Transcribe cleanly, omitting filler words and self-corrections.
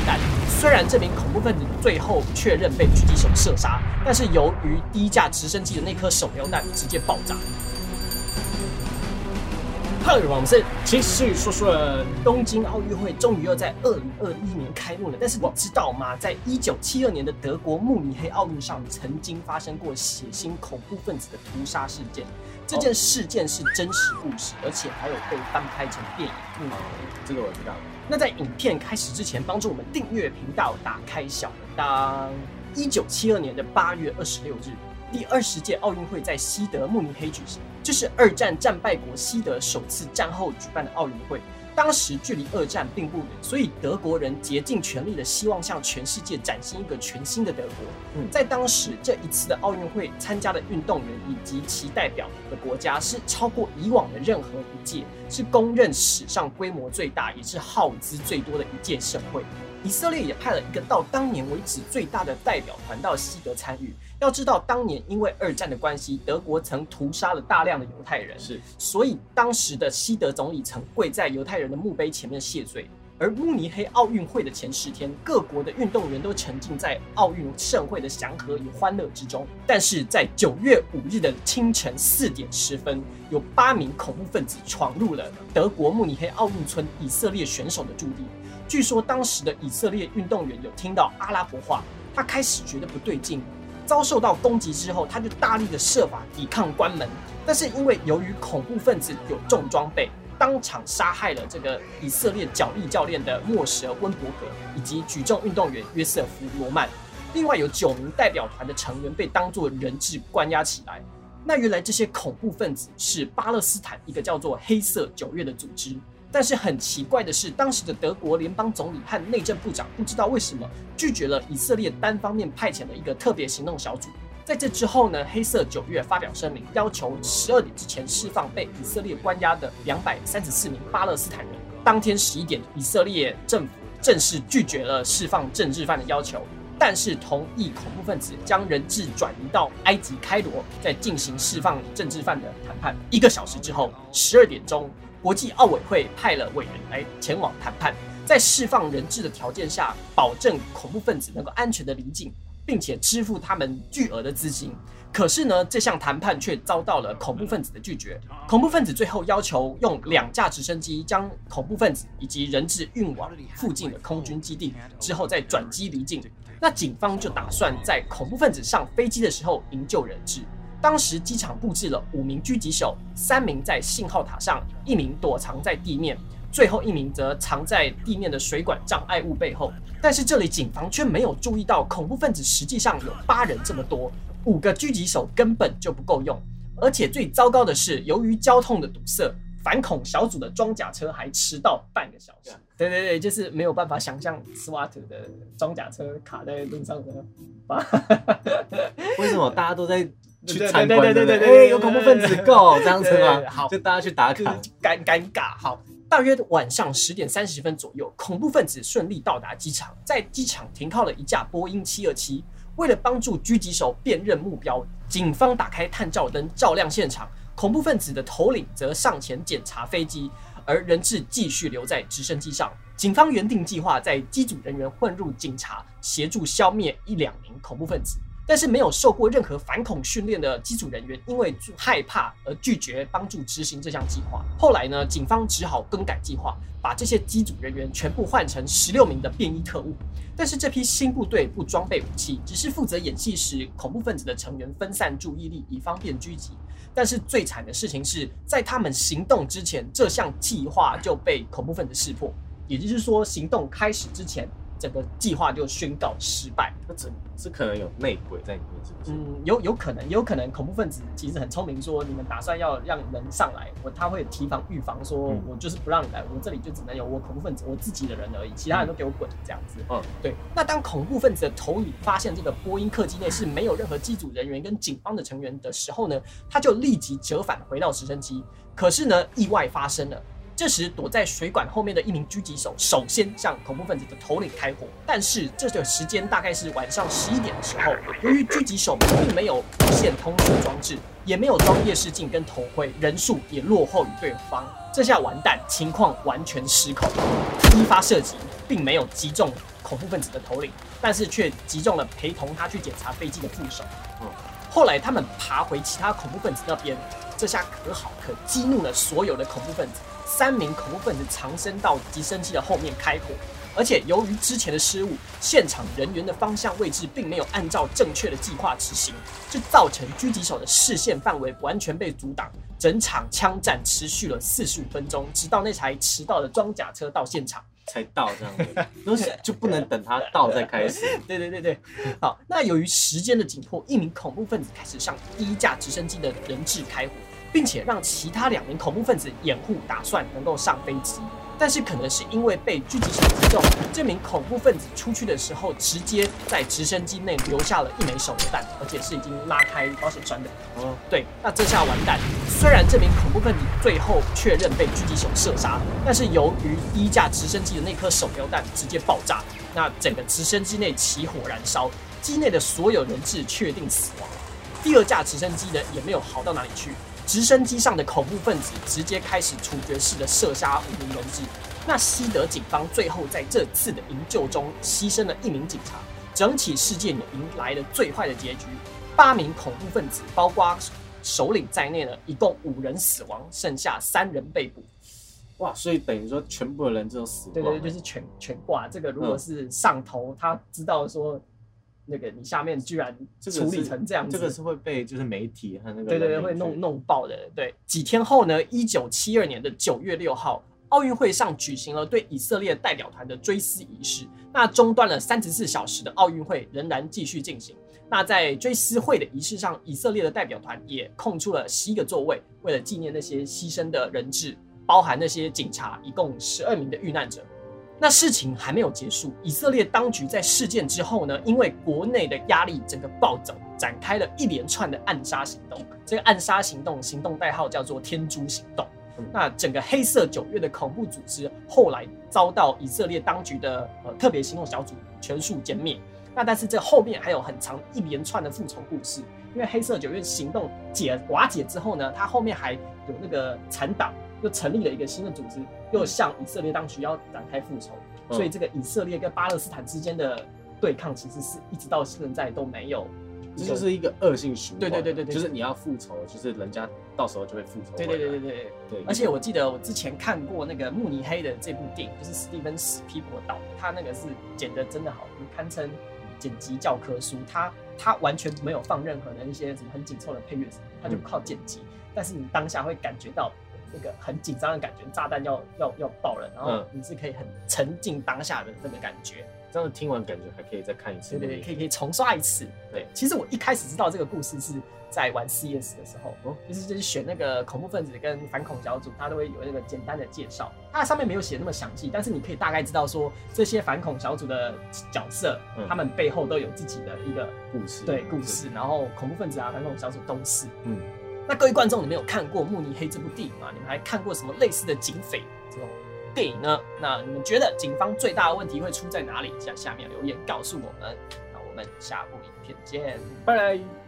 弹。虽然这名恐怖分子最后确认被狙击手射杀，但是由于第一架直升机的那颗手榴弹直接爆炸。Hello， 我们是继续说东京奥运会终于要在2021年开幕了。但是你知道吗？在1972年的德国慕尼黑奥运上，曾经发生过血腥恐怖分子的屠杀事件。这件事件是真实故事，而且还有被翻拍成电影。 这个我知道。 那在影片开始之前，帮助我们订阅频道，打开小铃铛。1972年的8月26日，第20届奥运会在西德慕尼黑举行。这是2战战败国西德首次战后举办的奥运会。当时距离2战并不远，所以德国人竭尽全力的希望向全世界展现一个全新的德国。在当时这一次的奥运会参加的运动员以及其代表的国家是超过以往的任何一届，是公认史上规模最大也是耗资最多的一届盛会。以色列也派了一个到当年为止最大的代表团到西德参与。要知道，当年因为2战的关系，德国曾屠杀了大量的犹太人，所以当时的西德总理曾跪在犹太人的墓碑前面谢罪。而慕尼黑奥运会的前10天，各国的运动员都沉浸在奥运盛会的祥和与欢乐之中。但是在9月5日的清晨4点10分，有8名恐怖分子闯入了德国慕尼黑奥运村以色列选手的驻地。据说当时的以色列运动员有听到阿拉伯话，他开始觉得不对劲，遭受到攻击之后，他就大力的设法抵抗关门，但是因为由于恐怖分子有重装备，当场杀害了这个以色列角力教练的莫什温伯格以及举重运动员约瑟夫罗曼。另外有9名代表团的成员被当作人质关押起来。那原来这些恐怖分子是巴勒斯坦一个叫做黑色9月的组织。但是很奇怪的是，当时的德国联邦总理和内政部长不知道为什么拒绝了以色列单方面派遣的一个特别行动小组。在这之后呢，黑色9月发表声明，要求12点之前释放被以色列关押的234名巴勒斯坦人。当天11点，以色列政府正式拒绝了释放政治犯的要求，但是同意恐怖分子将人质转移到埃及开罗，再进行释放政治犯的谈判。1个小时之后，12点钟。国际奥委会派了委员来前往谈判，在释放人质的条件下，保证恐怖分子能够安全的离境，并且支付他们巨额的资金。可是呢，这项谈判却遭到了恐怖分子的拒绝。恐怖分子最后要求用2架直升机将恐怖分子以及人质运往附近的空军基地，之后再转机离境。那警方就打算在恐怖分子上飞机的时候营救人质。当时机场布置了5名狙击手，3名在信号塔上，1名躲藏在地面，最后1名则藏在地面的水管障碍物背后。但是这里警方却没有注意到，恐怖分子实际上有8人这么多，5个狙击手根本就不够用。而且最糟糕的是，由于交通的堵塞，反恐小组的装甲车还迟到半个小时。对，就是没有办法想象 SWAT 的装甲车卡在路上的。 为什么大家都在去参观？对，有恐怖分子 go 这样子吗？好，就大家去打卡， 尴尬。好，大约晚上10点30分左右，恐怖分子顺利到达机场，在机场停靠了一架波音727。为了帮助狙击手辨认目标，警方打开探照灯照亮现场，恐怖分子的头领则上前检查飞机，而人质继续留在直升机上。警方原定计划在机组人员混入警察，协助消灭1-2名恐怖分子。但是没有受过任何反恐训练的机组人员因为害怕而拒绝帮助执行这项计划。后来呢，警方只好更改计划，把这些机组人员全部换成16名的便衣特务。但是这批新部队不装备武器，只是负责演戏时恐怖分子的成员分散注意力，以方便狙击。但是最惨的事情是，在他们行动之前，这项计划就被恐怖分子识破。也就是说，行动开始之前，整个计划就宣告失败。 那这可能有内鬼在里面，是不是？ 有可能恐怖分子其实很聪明，说你们打算要让人上来，他会提防预防，说我就是不让你来，我这里就只能有我恐怖分子我自己的人而已，其他人都给我滚这样子。对。那当恐怖分子的头领发现这个波音客机内是没有任何机组人员跟警方的成员的时候呢，他就立即折返回到直升机。可是呢，意外发生了。这时，躲在水管后面的1名狙击手首先向恐怖分子的头领开火，但是这个时间大概是晚上11点的时候，由于狙击手并没有无线通讯装置， 也没有装夜视镜跟头盔，人数也落后于对方。这下完蛋，情况完全失控。第一发射击并没有击中恐怖分子的头领，但是却击中了陪同他去检查飞机的副手。后来他们爬回其他恐怖分子那边，这下可好，可激怒了所有的恐怖分子。3名恐怖分子藏身到直升机的后面开火，而且由于之前的失误，现场人员的方向位置并没有按照正确的计划执行，就造成狙击手的视线范围完全被阻挡。整场枪战持续了45分钟，直到那台迟到的装甲车到现场才到这样子，就不能等他到再开始。 对，好，那由于时间的紧迫，一名恐怖分子开始向第一架直升机的人质开火，并且让其他2名恐怖分子掩护，打算能够上飞机。但是可能是因为被狙击手击中，这名恐怖分子出去的时候，直接在直升机内留下了1枚手榴弹，而且是已经拉开保险栓的。对，那这下完蛋。虽然这名恐怖分子最后确认被狙击手射杀，但是由于第一架直升机的那颗手榴弹直接爆炸，那整个直升机内起火燃烧，机内的所有人质确定死亡。第2架直升机呢也没有好到哪里去。直升机上的恐怖分子直接开始处决式的射杀5名人质。那西德警方最后在这次的营救中牺牲了1名警察，整起事件也迎来了最坏的结局。8名恐怖分子，包括首领在内的，一共5人死亡，剩下3人被捕。 哇，所以等于说全部的人都死光。 对，就是全挂。这个如果是上头，他知道说。那个你下面居然处理成这样子， 这个是会被就是媒体和那个对会弄爆的。对，几天后呢，1972年的9月6号，奥运会上举行了对以色列代表团的追思仪式。那中断了34小时的奥运会仍然继续进行。那在追思会的仪式上，以色列的代表团也空出了11个座位，为了纪念那些牺牲的人质，包含那些警察，一共12名的遇难者。那事情还没有结束，以色列当局在事件之后呢，因为国内的压力整个暴走，展开了一连串的暗杀行动。这个暗杀行动代号叫做天诛行动。那整个黑色9月的恐怖组织后来遭到以色列当局的特别行动小组全数歼灭。那但是这后面还有很长一连串的复仇故事，因为黑色9月行动瓦解之后呢，它后面还有那个残党又成立了一个新的组织，又向以色列当局要展开复仇。所以这个以色列跟巴勒斯坦之间的对抗，其实是一直到现在都没有。 这就是一个恶性循环。 对， 就是你要复仇，就是人家到时候就会复仇。 对。而且我记得我之前看过那个慕尼黑的这部电影，就是史蒂芬史皮伯导的，他那个是剪得真的好，堪称剪辑教科书。他完全没有放任何的一些什么很紧凑的配乐，他就靠剪辑。但是你当下会感觉到那个很紧张的感觉，炸弹要爆了，然后你是可以很沉浸当下的那个感觉。 这样听完感觉还可以再看一次。 对，可以重刷一次。对，其实我一开始知道这个故事是在玩 CS 的时候，就是选那个恐怖分子跟反恐小组，它都会有那个简单的介绍，它上面没有写那么详细，但是你可以大概知道说这些反恐小组的角色，他们背后都有自己的一个故事， 对故事，然后恐怖分子啊、反恐小组都是。那各位观众，你们有看过《慕尼黑》这部电影吗？你们还看过什么类似的警匪这种电影呢？那你们觉得警方最大的问题会出在哪里？在下面留言告诉我们。那我们下部影片见，拜拜。